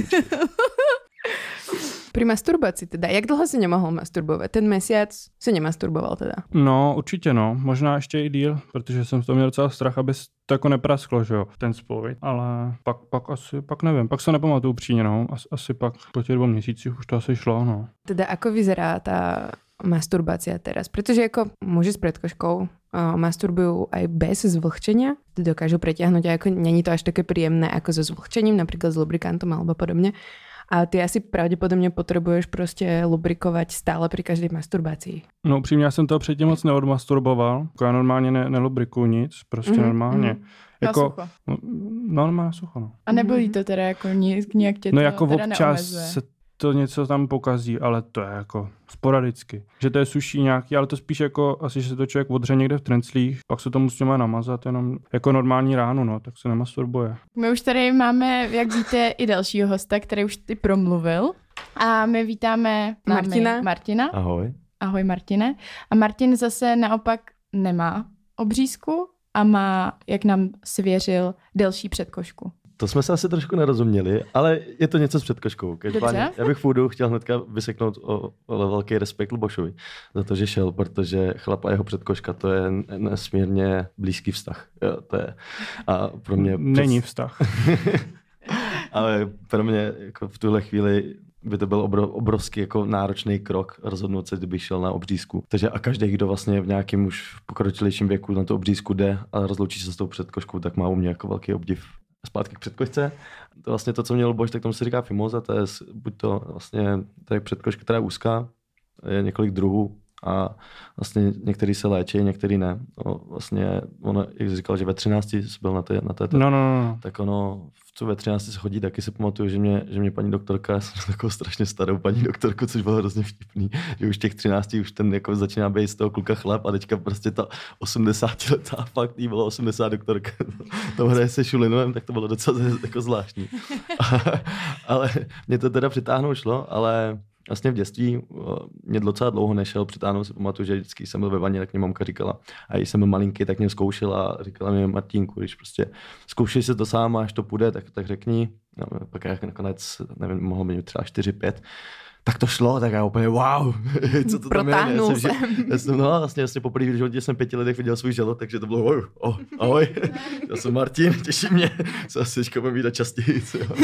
Pri masturbaci teda, jak dlho si nemohl masturbovat? Ten mesiac si nemasturboval teda? No, určitě no, možná ještě i díl, protože jsem z toho měl docela strach, aby to jako neprasklo, že jo, ten spoj. Ale pak, pak asi, pak nevím, pak se nepamatuju upřímně, no, As, asi pak po těch dvou měsících už to asi šlo, no. Teda ako vyzerá tá masturbácia teraz? Pretože ako muži s predkoškou uh, masturbujú aj bez zvlhčenia, dokážu pretiahnuť, a ako není to až také príjemné ako so zvlhčením, napríklad s lubrikantom alebo podobne. A ty asi pravděpodobně potřebuješ prostě lubrikovat stále při každé masturbácii. No upřímně, já jsem to předtím moc neodmasturboval. Já normálně ne, nelubrikuju nic, prostě mm-hmm. normálně. Mm-hmm. Jako, na sucho. No, normálně sucho, no. A nebolí to teda jako nějak tě to No jako teda občas neomezuje. Se to něco tam pokazí, ale to je jako sporadicky. Že to je suší nějaký, ale to spíš jako asi, že se to člověk odře někde v trenclích, pak se to musí má namazat jenom jako normální ráno, no, tak se nemasturbuje. My už tady máme, jak víte, i dalšího hosta, který už ty promluvil. A my vítáme Martina. Martina. Ahoj. Ahoj Martine. A Martin zase naopak nemá obřízku a má, jak nám svěřil, delší předkošku. To jsme se asi trošku nerozuměli, ale je to něco s předkoškou. Každopádně, já bych v úvodu chtěl hnedka vyseknout o, o velký respekt Lubošovi za to, že šel, protože chlap a jeho předkoška, to je nesmírně blízký vztah. Jo, to je. A pro mě... Není přes... vztah. Ale pro mě jako v tuhle chvíli by to byl obrov, obrovský jako náročný krok rozhodnout se, kdyby šel na obřízku. Takže a každý, kdo vlastně v nějakém už pokročilejším věku na to obřízku jde a rozloučí se s tou předkoškou, tak má u mě jako velký obdiv. Zpátky k předkošce. To vlastně to, co měl Luboš, tak tomu se říká fimoza, to je buď to vlastně to je předkoška, která je úzká, je několik druhů, A vlastně některý se léčí, některý ne. No, vlastně ono, jak jsi říkal, že ve třinácti jsi byl na té, na této, no, no, no. tak ono, co ve třinácti se chodí, taky si pamatuju, že mě, že mě paní doktorka, já jsem takovou strašně starou paní doktorku, což bylo hrozně vtipný, že už těch třinácti už ten jako začíná být z toho kluka chlap a teďka prostě ta osmdesátiletá, fakt jí bylo osmdesát doktorka, to hraje se Šulinovem, tak to bylo docela jako zvláštní. Ale mě to teda přitáhnout šlo, ale vlastně v dětství mě docela dlouho nešel přitáhnout, si pamatuju, že vždycky jsem byl ve vaně, tak mě mamka říkala, a když jsem byl malinký, tak mě zkoušela a říkala mi, Martínku, když prostě zkoušej se to sám, až to půjde, tak, tak řekni. No, pak jak nakonec, nevím, mohl být třeba čtyři pět, tak to šlo, tak já úplně wow, co to tam je. Protáhnul jsem. Já jsem, no vlastně, vlastně poprvé v životě jsem pěti letech viděl svůj žalud, takže to bylo wow, oh, ahoj, já jsem Martin, těší mě, se asi teďka budeme vídat častěji.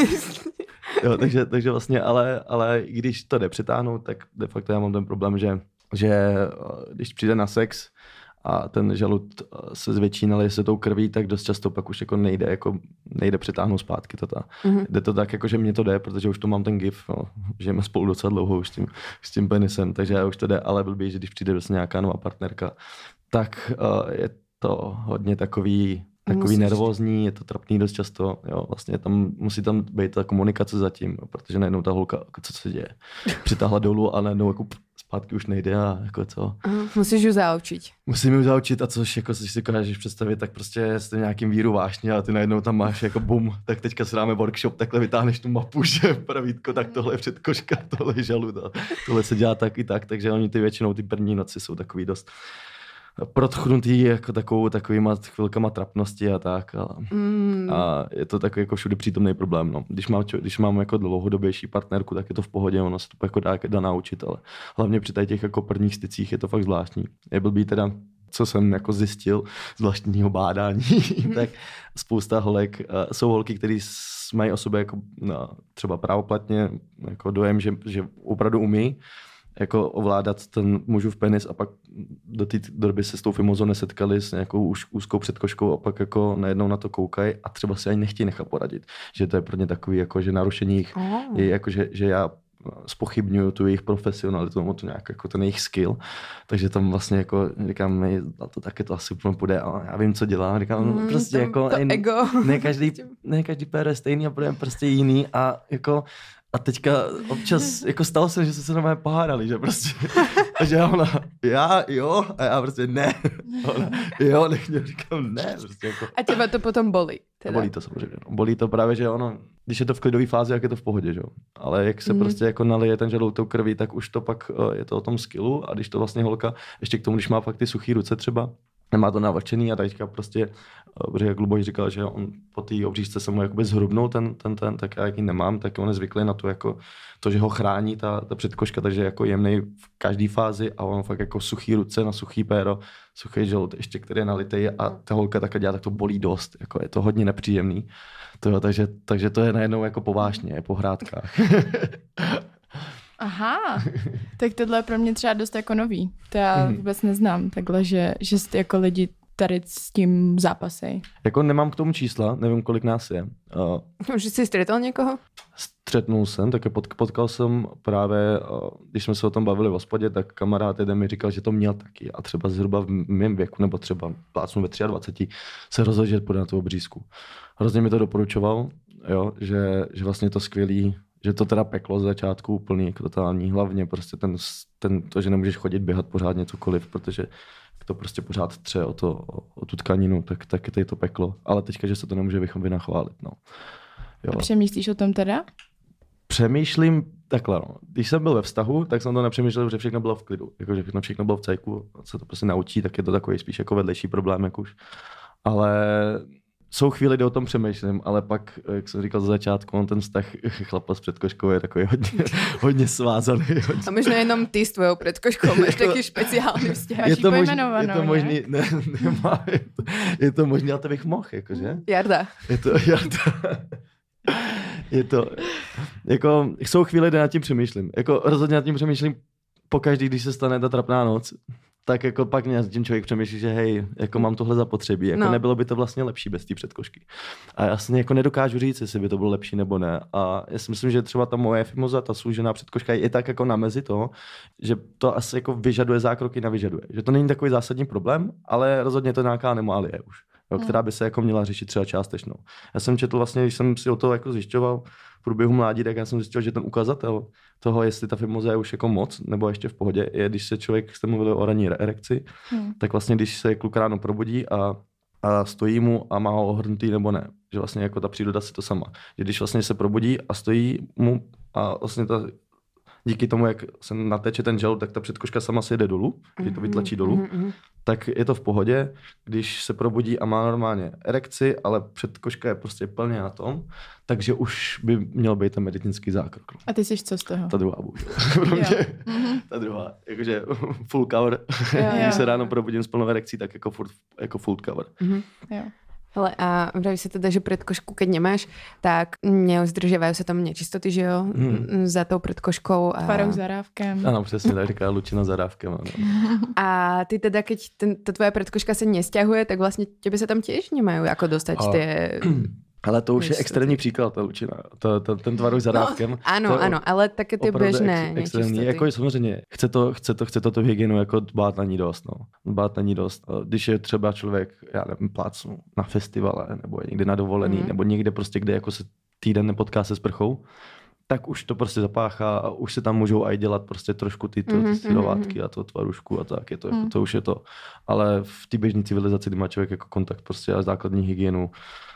Jo, takže, takže vlastně, ale, ale když to jde přitáhnout, tak de facto já mám ten problém, že, že když přijde na sex a ten žalud se zvětší, nalije se tou krví, tak dost často pak už jako nejde, jako nejde přitáhnout zpátky. To ta. Mm-hmm. Jde to tak, jako, že mě to jde, protože už to mám ten gif, no, žijeme spolu docela dlouho už s tím, s tím penisem, takže já už to jde, ale blbý, že když přijde vlastně nějaká nová partnerka, tak uh, je to hodně takový takový Musíš. nervózní, je to trapný dost často, jo, vlastně tam musí tam být ta komunikace zatím, protože najednou ta holka, jako co se děje, přitáhla dolů a najednou jako zpátky už nejde a jako co. Uh, musíš ju zaučiť. Musím ju zaučiť a což jako si dokážeš představit, tak prostě jste v nějakým víru vášně a ty najednou tam máš jako bum, tak teďka si dáme workshop, takhle vytáhneš tu mapu, že pravítko, tak tohle je předkoška, tohle je žalud a tohle se dělá tak i tak, takže oni ty většinou ty první noci jsou takový dost protchnutý jako takovou, takovýma chvilkama trapnosti a tak. A, mm. a je to takový jako všude přítomný problém. No. Když, mám, když mám jako dlouhodobější partnerku, tak je to v pohodě, ono se to jako dá, dá naučit, ale hlavně při těch jako prvních stycích je to fakt zvláštní. Je blbý teda, co jsem jako zjistil z vlastního bádání, tak spousta holek, jsou holky, které mají o sobě jako, no, třeba právoplatně jako dojem, že, že opravdu umí jako ovládat ten mužův penis a pak do té doby se s tou fimózou nesetkali s nějakou už úzkou předkoškou a pak jako najednou na to koukají a třeba si ani nechtějí nechat poradit. Že to je pro ně takový, jako, že narušení jich oh. je jako, že, že já zpochybňuju tu jejich profesionalitu, to nějak jako ten jejich skill. Takže tam vlastně jako říkám, to taky to asi úplně půjde, ale já vím, co dělám. Říkám, mm, prostě to, jako to ne, ego. Ne každý, ne každý pér je stejný a bude prostě jiný a jako a teďka občas jako stalo se, že se se normálně pohádali, že prostě, a že ona, já jo, a já prostě ne, ona, jo, nech mě, říkám ne, prostě jako. A těba to potom bolí. Teda. Bolí to samozřejmě, no. Bolí to právě, že ono, když je to v klidové fázi, jak je to v pohodě, že jo. Ale jak se mm. prostě jako nalije ten žalud tou krví, tak už to pak je to o tom skillu a když to vlastně holka, ještě k tomu, když má fakt ty suchý ruce třeba, nemá to navlčený a teďka prostě, protože jak Luboš říkal, že on po té obřízce se mu jakoby zhrubnul ten, ten, ten, tak já jak ji nemám, tak on je zvyklý na to, jako to, že ho chrání ta, ta předkoška, takže je jako jemnej v každé fázi a on fakt jako suchý ruce na suchý péro, suchý žalud, ještě který je nalitej a ta holka takhle dělá, tak to bolí dost, jako je to hodně nepříjemný, to, takže, takže to je najednou jako povážně, po hrádkách. Aha, tak tohle je pro mě třeba dost jako nový. To já vůbec neznám takhle, že, že jste jako lidi tady s tím zápasej. Jako nemám k tomu čísla, nevím, kolik nás je. Uh, Už jsi střetl někoho? Střetnul jsem, tak potkal jsem právě, uh, když jsme se o tom bavili v hospodě, tak kamarád jeden mi říkal, že to měl taky a třeba zhruba v mém věku, nebo třeba plácnu ve dvacet tři, se rozhodl, že půjde na tu obřízku. Hrozně mi to doporučoval, jo, že, že vlastně to skvělý, že to teda peklo z začátku úplný, jako totální, hlavně prostě ten, ten, to, že nemůžeš chodit, běhat pořádně cokoliv, protože to prostě pořád tře o, to, o tu tkaninu, tak, tak je tady to peklo. Ale teďka, že se to nemůže vynachválit. No. Jo. A přemýšlíš o tom teda? Přemýšlím takhle, no. Když jsem byl ve vztahu, tak jsem to nepřemýšlel, že všechno bylo v klidu. Jako, že všechno bylo v cajku, se to prostě naučí, tak je to takový spíš jako vedlejší problém, jak už. Ale jsou chvíli, kdy o tom přemýšlím, ale pak, jak jsem říkal za začátku, on ten vztah chlapa s předkoškou je takový hodně, hodně svázaný. Hodně... A možná jenom ty s tvojou předkoškou máš taky speciální vztah. Je to možný, je to možný, ne, nemá, je to, je to možný, ale to bych mohl, jakože. Jarda. Je to, Jarda. Je to, jako, jsou chvíle, kdy nad tím přemýšlím. Jako rozhodně nad tím přemýšlím pokaždý, když se stane ta trapná noc. tak jako pak mě tím člověk přemýšlí, že hej, jako mám tohle zapotřebí, jako no. nebylo by to vlastně lepší bez té předkošky. A já si jako nedokážu říct, jestli by to bylo lepší nebo ne. A já si myslím, že třeba ta moje Fimoza, ta služená předkoška je tak jako na mezi toho, že to asi jako vyžaduje zákroky na vyžaduje. Že to není takový zásadní problém, ale rozhodně to nějaká anomálie už, jo, která by se jako měla řešit třeba částečnou. Já jsem četl vlastně, když jsem si o to jako zjišťoval v průběhu mládí, tak já jsem zjistil, že ten ukazatel toho, jestli ta Fimoza je už jako moc nebo ještě v pohodě, je, když se člověk, jste mluvili o ranní erekci, hmm. tak vlastně když se kluk ráno probudí a, a stojí mu a má ho ohrnutý nebo ne, že vlastně jako ta příroda si to sama. Že když vlastně se probudí a stojí mu a vlastně ta díky tomu, jak se nateče ten žalud, tak ta předkoška sama se jde dolů, když to vytlačí dolů, mm-hmm. tak je to v pohodě. Když se probudí a má normálně erekci, ale předkoška je prostě plně na tom, takže už by měl být ten medicínský zákrok. A ty jsi co z toho? Ta druhá, bohužel. Pro mě, mm-hmm. ta druhá, jakože full cover. Jo, Když jo. se ráno probudím s plnou erekcí, tak jako, furt, jako full cover. Mm-hmm. Jo. Hele, a vraví sa teda, že predkošku, keď nemáš, tak neuzdržiavajú sa tam nečistoty, že jo? Hmm. Za tou predkoškou. A... Tvarou zarávkem. Ano, přesně, tak říká Lučina zarávkem. Ano. A ty teda, keď ten, ta tvoja predkoška sa nesťahuje, tak vlastne tebe sa tam tiež nemajú ako dostať a... tie... Ale to už je extrémní příklad, ta Lučina. To, to, ten tvar už zarávkem. No, ano, ano, ale také ty běžné ex, extrémní. Jako samozřejmě, chce to, chce to, chce to tu hygienu jako dbát na ní dost. No. Dbát na ní dost. Když je třeba člověk, já nevím, plácnu na festivale, nebo je někde na dovolený, mm. nebo někde prostě, kde jako se týden nepotká se sprchou, tak už to prostě zapáchá a už se tam můžou aj dělat prostě trošku ty mm-hmm, silovátky mm-hmm. a to tvarušku a tak. Je to, mm. jako, to už je to. Ale v té běžné civilizaci, kdy má člověk jako kontakt prostě a základní hygienu,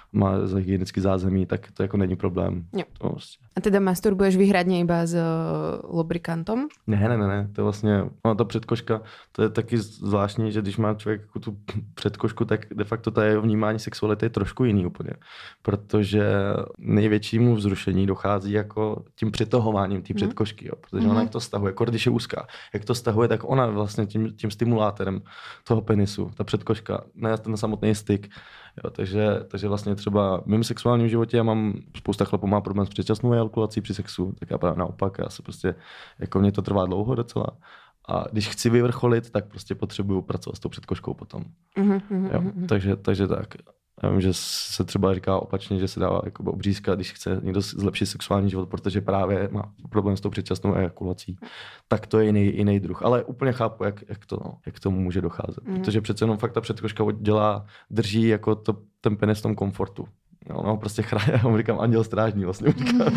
má za hygienický zázemí, tak to jako není problém. To vlastně. A teda masturbuješ výhradně iba s uh, lubrikantom? Ne, ne, ne, ne, to je vlastně, no ta předkoška, to je taky zvláštní, že když má člověk jako tu předkošku, tak de facto ta jeho vnímání sexuality je trošku jiný úplně, protože největšímu vzrušení dochází jako tím přitahováním té předkošky, jo, protože ona jak to stahuje, jako když je úzká, jak to stahuje, tak ona vlastně tím, tím stimulátorem toho penisu, ta předkoška, ne ten samotný styk. Jo, takže, takže vlastně třeba v mém sexuálním životě já mám, spousta chlapů má problém s předčasnou ejakulací při sexu, tak já právě naopak, já se prostě, jako mě to trvá dlouho docela. A když chci vyvrcholit, tak prostě potřebuju pracovat s tou předkoškou potom. Mm-hmm, jo, takže, takže tak. Já vím, že se třeba říká opačně, že se dává jako obřízka, když chce někdo zlepšit sexuální život, protože právě má problém s tou předčasnou ejakulací. Tak to je jiný, jiný druh. Ale úplně chápu, jak, jak, to, no, jak k tomu může docházet. Mm. Protože přece jenom fakt ta předkoška dělá, drží jako to, ten penis v tom komfortu. No, no, prostě chrání, já mu říkám anděl strážný vlastně, říkám,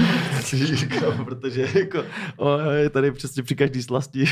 říkám, protože jako, o, je tady přesně při každý slastí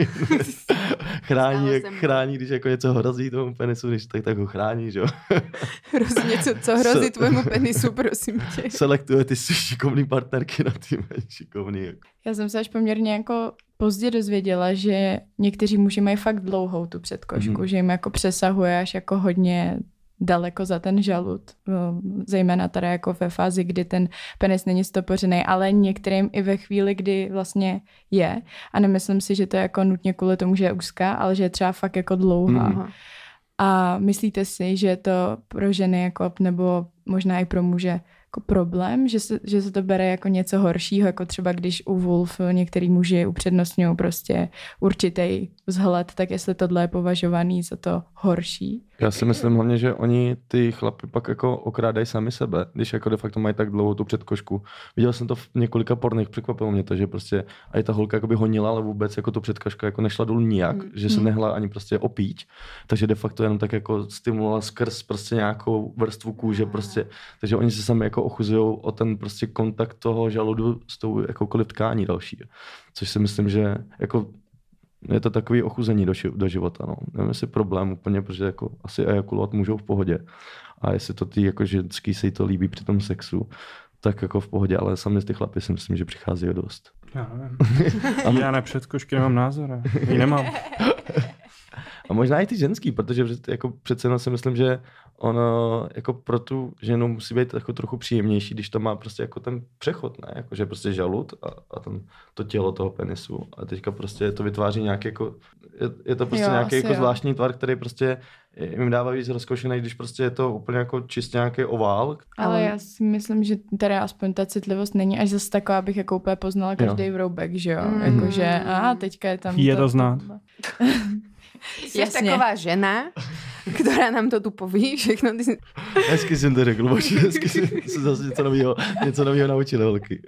chrání, jak chrání, když jako něco hrozí tomu penisu, když tak, tak ho chrání, že jo. Hrozí něco, co hrozí tvojemu penisu, prosím tě. Selektuje ty šikovný partnerky na ty šikovný. Jako. Já jsem se až poměrně jako pozdě dozvěděla, že někteří muži mají fakt dlouhou tu předkošku, mm. že jim jako přesahuje až jako hodně daleko za ten žalud, zejména teda jako ve fázi, kdy ten penis není stopořený, ale některým i ve chvíli, kdy vlastně je. A nemyslím si, že to je jako nutně kvůli tomu, že je úzká, ale že je třeba fakt jako dlouhá. Mm. A myslíte si, že je to pro ženy jako, nebo možná i pro muže jako problém, že se, že se to bere jako něco horšího, jako třeba když u vulv některý muži upřednostňují prostě určitý vzhled, tak jestli tohle je považovaný za to horší. Já si myslím hlavně, že oni ty chlapy pak jako okrádají sami sebe, když jako de facto mají tak dlouhou tu předkošku. Viděl jsem to v několika pornech, překvapilo mě to, že prostě a ta holka jako by honila, ale vůbec jako tu předkoška jako nešla dolů nijak, mm. že se nehla ani prostě opíť, takže de facto jenom tak jako stimulovala skrz prostě nějakou vrstvu kůže prostě, takže oni se sami jako ochuzujou o ten prostě kontakt toho žaludu s tou jakoukoliv tkání další, což si myslím, že jako je to takový ochuzení do, do života, no. Nevím, jestli problém úplně, protože jako asi ejakulovat můžou v pohodě. A jestli to ty jako ženský se jí to líbí při tom sexu, tak jako v pohodě, ale sami ty chlapy si myslím, že přichází o dost. Já nevím. Já na předkošky nemám názor, ji nemám. A možná i ty ženský, protože jako přece jenom si myslím, že ono jako pro tu ženu musí být jako trochu příjemnější, když to má prostě jako ten přechod, ne? Jako, že prostě žalud a, a ten, to tělo toho penisu. A teďka prostě to vytváří nějaký jako, je, je to prostě jo, nějaký jako jo. zvláštní tvar, který prostě jim dává víc rozkošený, když prostě je to úplně jako čistě nějaký ovál. Ale já si myslím, že teda aspoň ta citlivost není až zase taková, abych jako úplně poznala každý vroubek, že jo? Mm. Jakože, a teďka je tam... Je to znát. Jsi taková žena, která nám to tu poví všechno. Ty... Hezky jsem to řekl, bože, hezky jsem se zase něco nového, něco nového naučil, holky.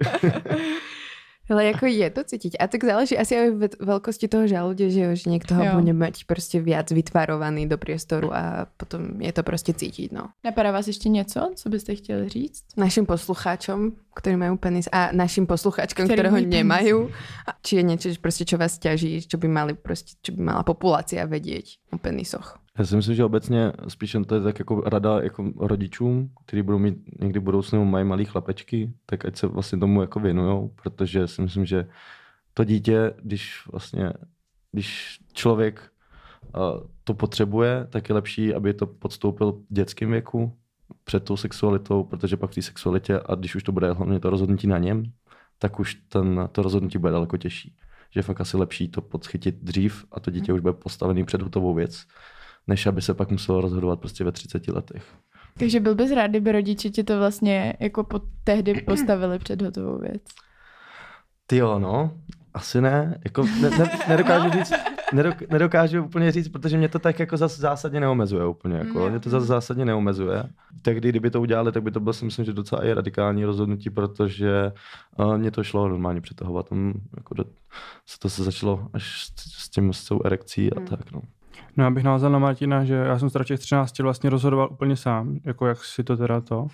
Ale jako je to cítiť. A tak záleží asi aj v veľkosti toho žalúde, že už niekto ho bude mať prostě viac vytvarovaný do priestoru a potom je to prostě cítiť, no. Napadá vás ještě něco, co byste chtěli říct? Našim poslucháčom, ktorí majú penis a našim poslucháčkam, ktoré ho nemajú. Či je niečo, prostě, čo vás ťaží, čo by mali prostě, čo by mala populácia vedieť o penisoch. Já si myslím, že obecně spíš to je tak jako rada jako rodičům, kteří budou mít někdy v budoucnu mají malý chlapečky, tak ať se vlastně tomu jako věnujou, protože si myslím, že to dítě, když vlastně, když člověk uh, to potřebuje, tak je lepší, aby to podstoupil v dětském věku před tou sexualitou, protože pak v té sexualitě, a když už to bude hlavně to rozhodnutí na něm, tak už ten, to rozhodnutí bude daleko těžší. Že je fakt asi lepší to podchytit dřív a to dítě už bude postavený před hotovou věc, než aby se pak muselo rozhodovat prostě ve třiceti letech. Takže byl bys rád, kdyby rodiče ti to vlastně jako po tehdy postavili před hotovou věc? Ty jo, no, asi ne. Jako ne, ne, nedokážu říct, nedok, nedokážu úplně říct, protože mě to tak jako zase zásadně neomezuje úplně. Jako. Mě to zase zásadně neomezuje. Tehdy, kdyby to udělali, tak by to bylo, si myslím, že docela i radikální rozhodnutí, protože uh, mě to šlo normálně přetahovat. Tam, jako do, to se začalo až s, s tím s tou erekcí a hmm. tak, no. No já bych navázal na Martina, že já jsem starších třinácti vlastně rozhodoval úplně sám, jako jak si to teda to.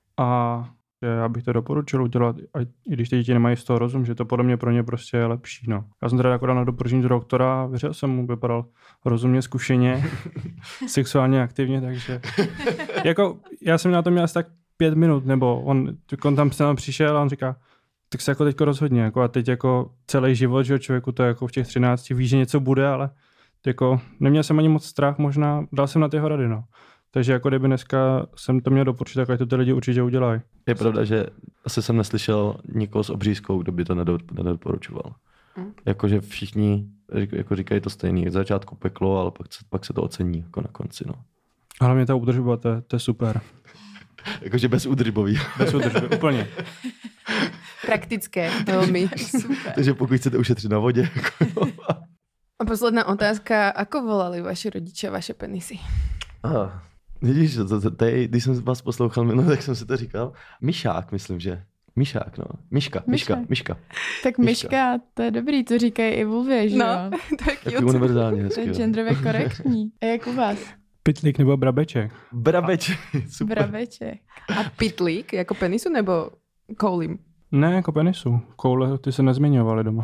A já bych to doporučil udělat, i když ty děti nemají z toho rozum, že to podle mě pro ně prostě je lepší. No. Já jsem teda jako dal na doporučení do doktora, věřil jsem mu, vypadal rozumně, zkušeně, sexuálně aktivně, takže jako já jsem na to měl asi tak pět minut, nebo on, on tam se nám přišel a on říká, tak se jako teďko rozhodně, jako a teď jako celý život, že člověku to jako v těch třinácti ví, že něco bude, ale jako neměl jsem ani moc strach, možná dal jsem na ty rady, no. Takže jako kdyby dneska jsem to měl doporučit, tak ať to ty lidi určitě udělají. Je pravda, že asi jsem neslyšel nikoho s obřízkou, kdo by to nedoporučoval. Mm. Jakože všichni jako říkají to stejný. V začátku peklo, ale pak se, pak se to ocení jako na konci, no. Ale mě ta údržba, to, to je super. Jakože bez údržbový. Bez údržby, úplně. Praktické, velmi. Super. Takže pokud chcete ušetřit na vodě. Jako... A posledná otázka, ako volali vaši rodiče vaše penisy? Aha, vidíš, to, to, tady, když jsem vás poslouchal minule, tak jsem si to říkal. Myšák, myslím, že. Myšák, no. Myška, myška, myška. Tak myška, to je dobrý, to říkají i vulvě, že no, jo? Tak je univerzálně hezky. To je genderově korektní. A jak u vás? Pitlík nebo brabeček? Brabeček, super. Brabeček. A pitlík, jako penisu nebo koulím? Ne, jako penisu. Koule, ty se nezmiňovaly doma.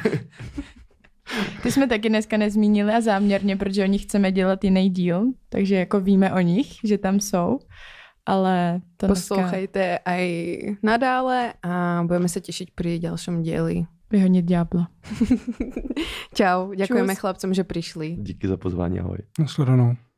Ty jsme taky dneska nezmínili a záměrně, protože o nich chceme dělat jiný díl, takže jako víme o nich, že tam jsou, ale to poslouchejte dneska... aj nadále a budeme se těšit při dalším díli. Vyhodnit ďábla. Čau, děkujeme chlapcům, že přišli. Díky za pozvání, ahoj. Nasledanou.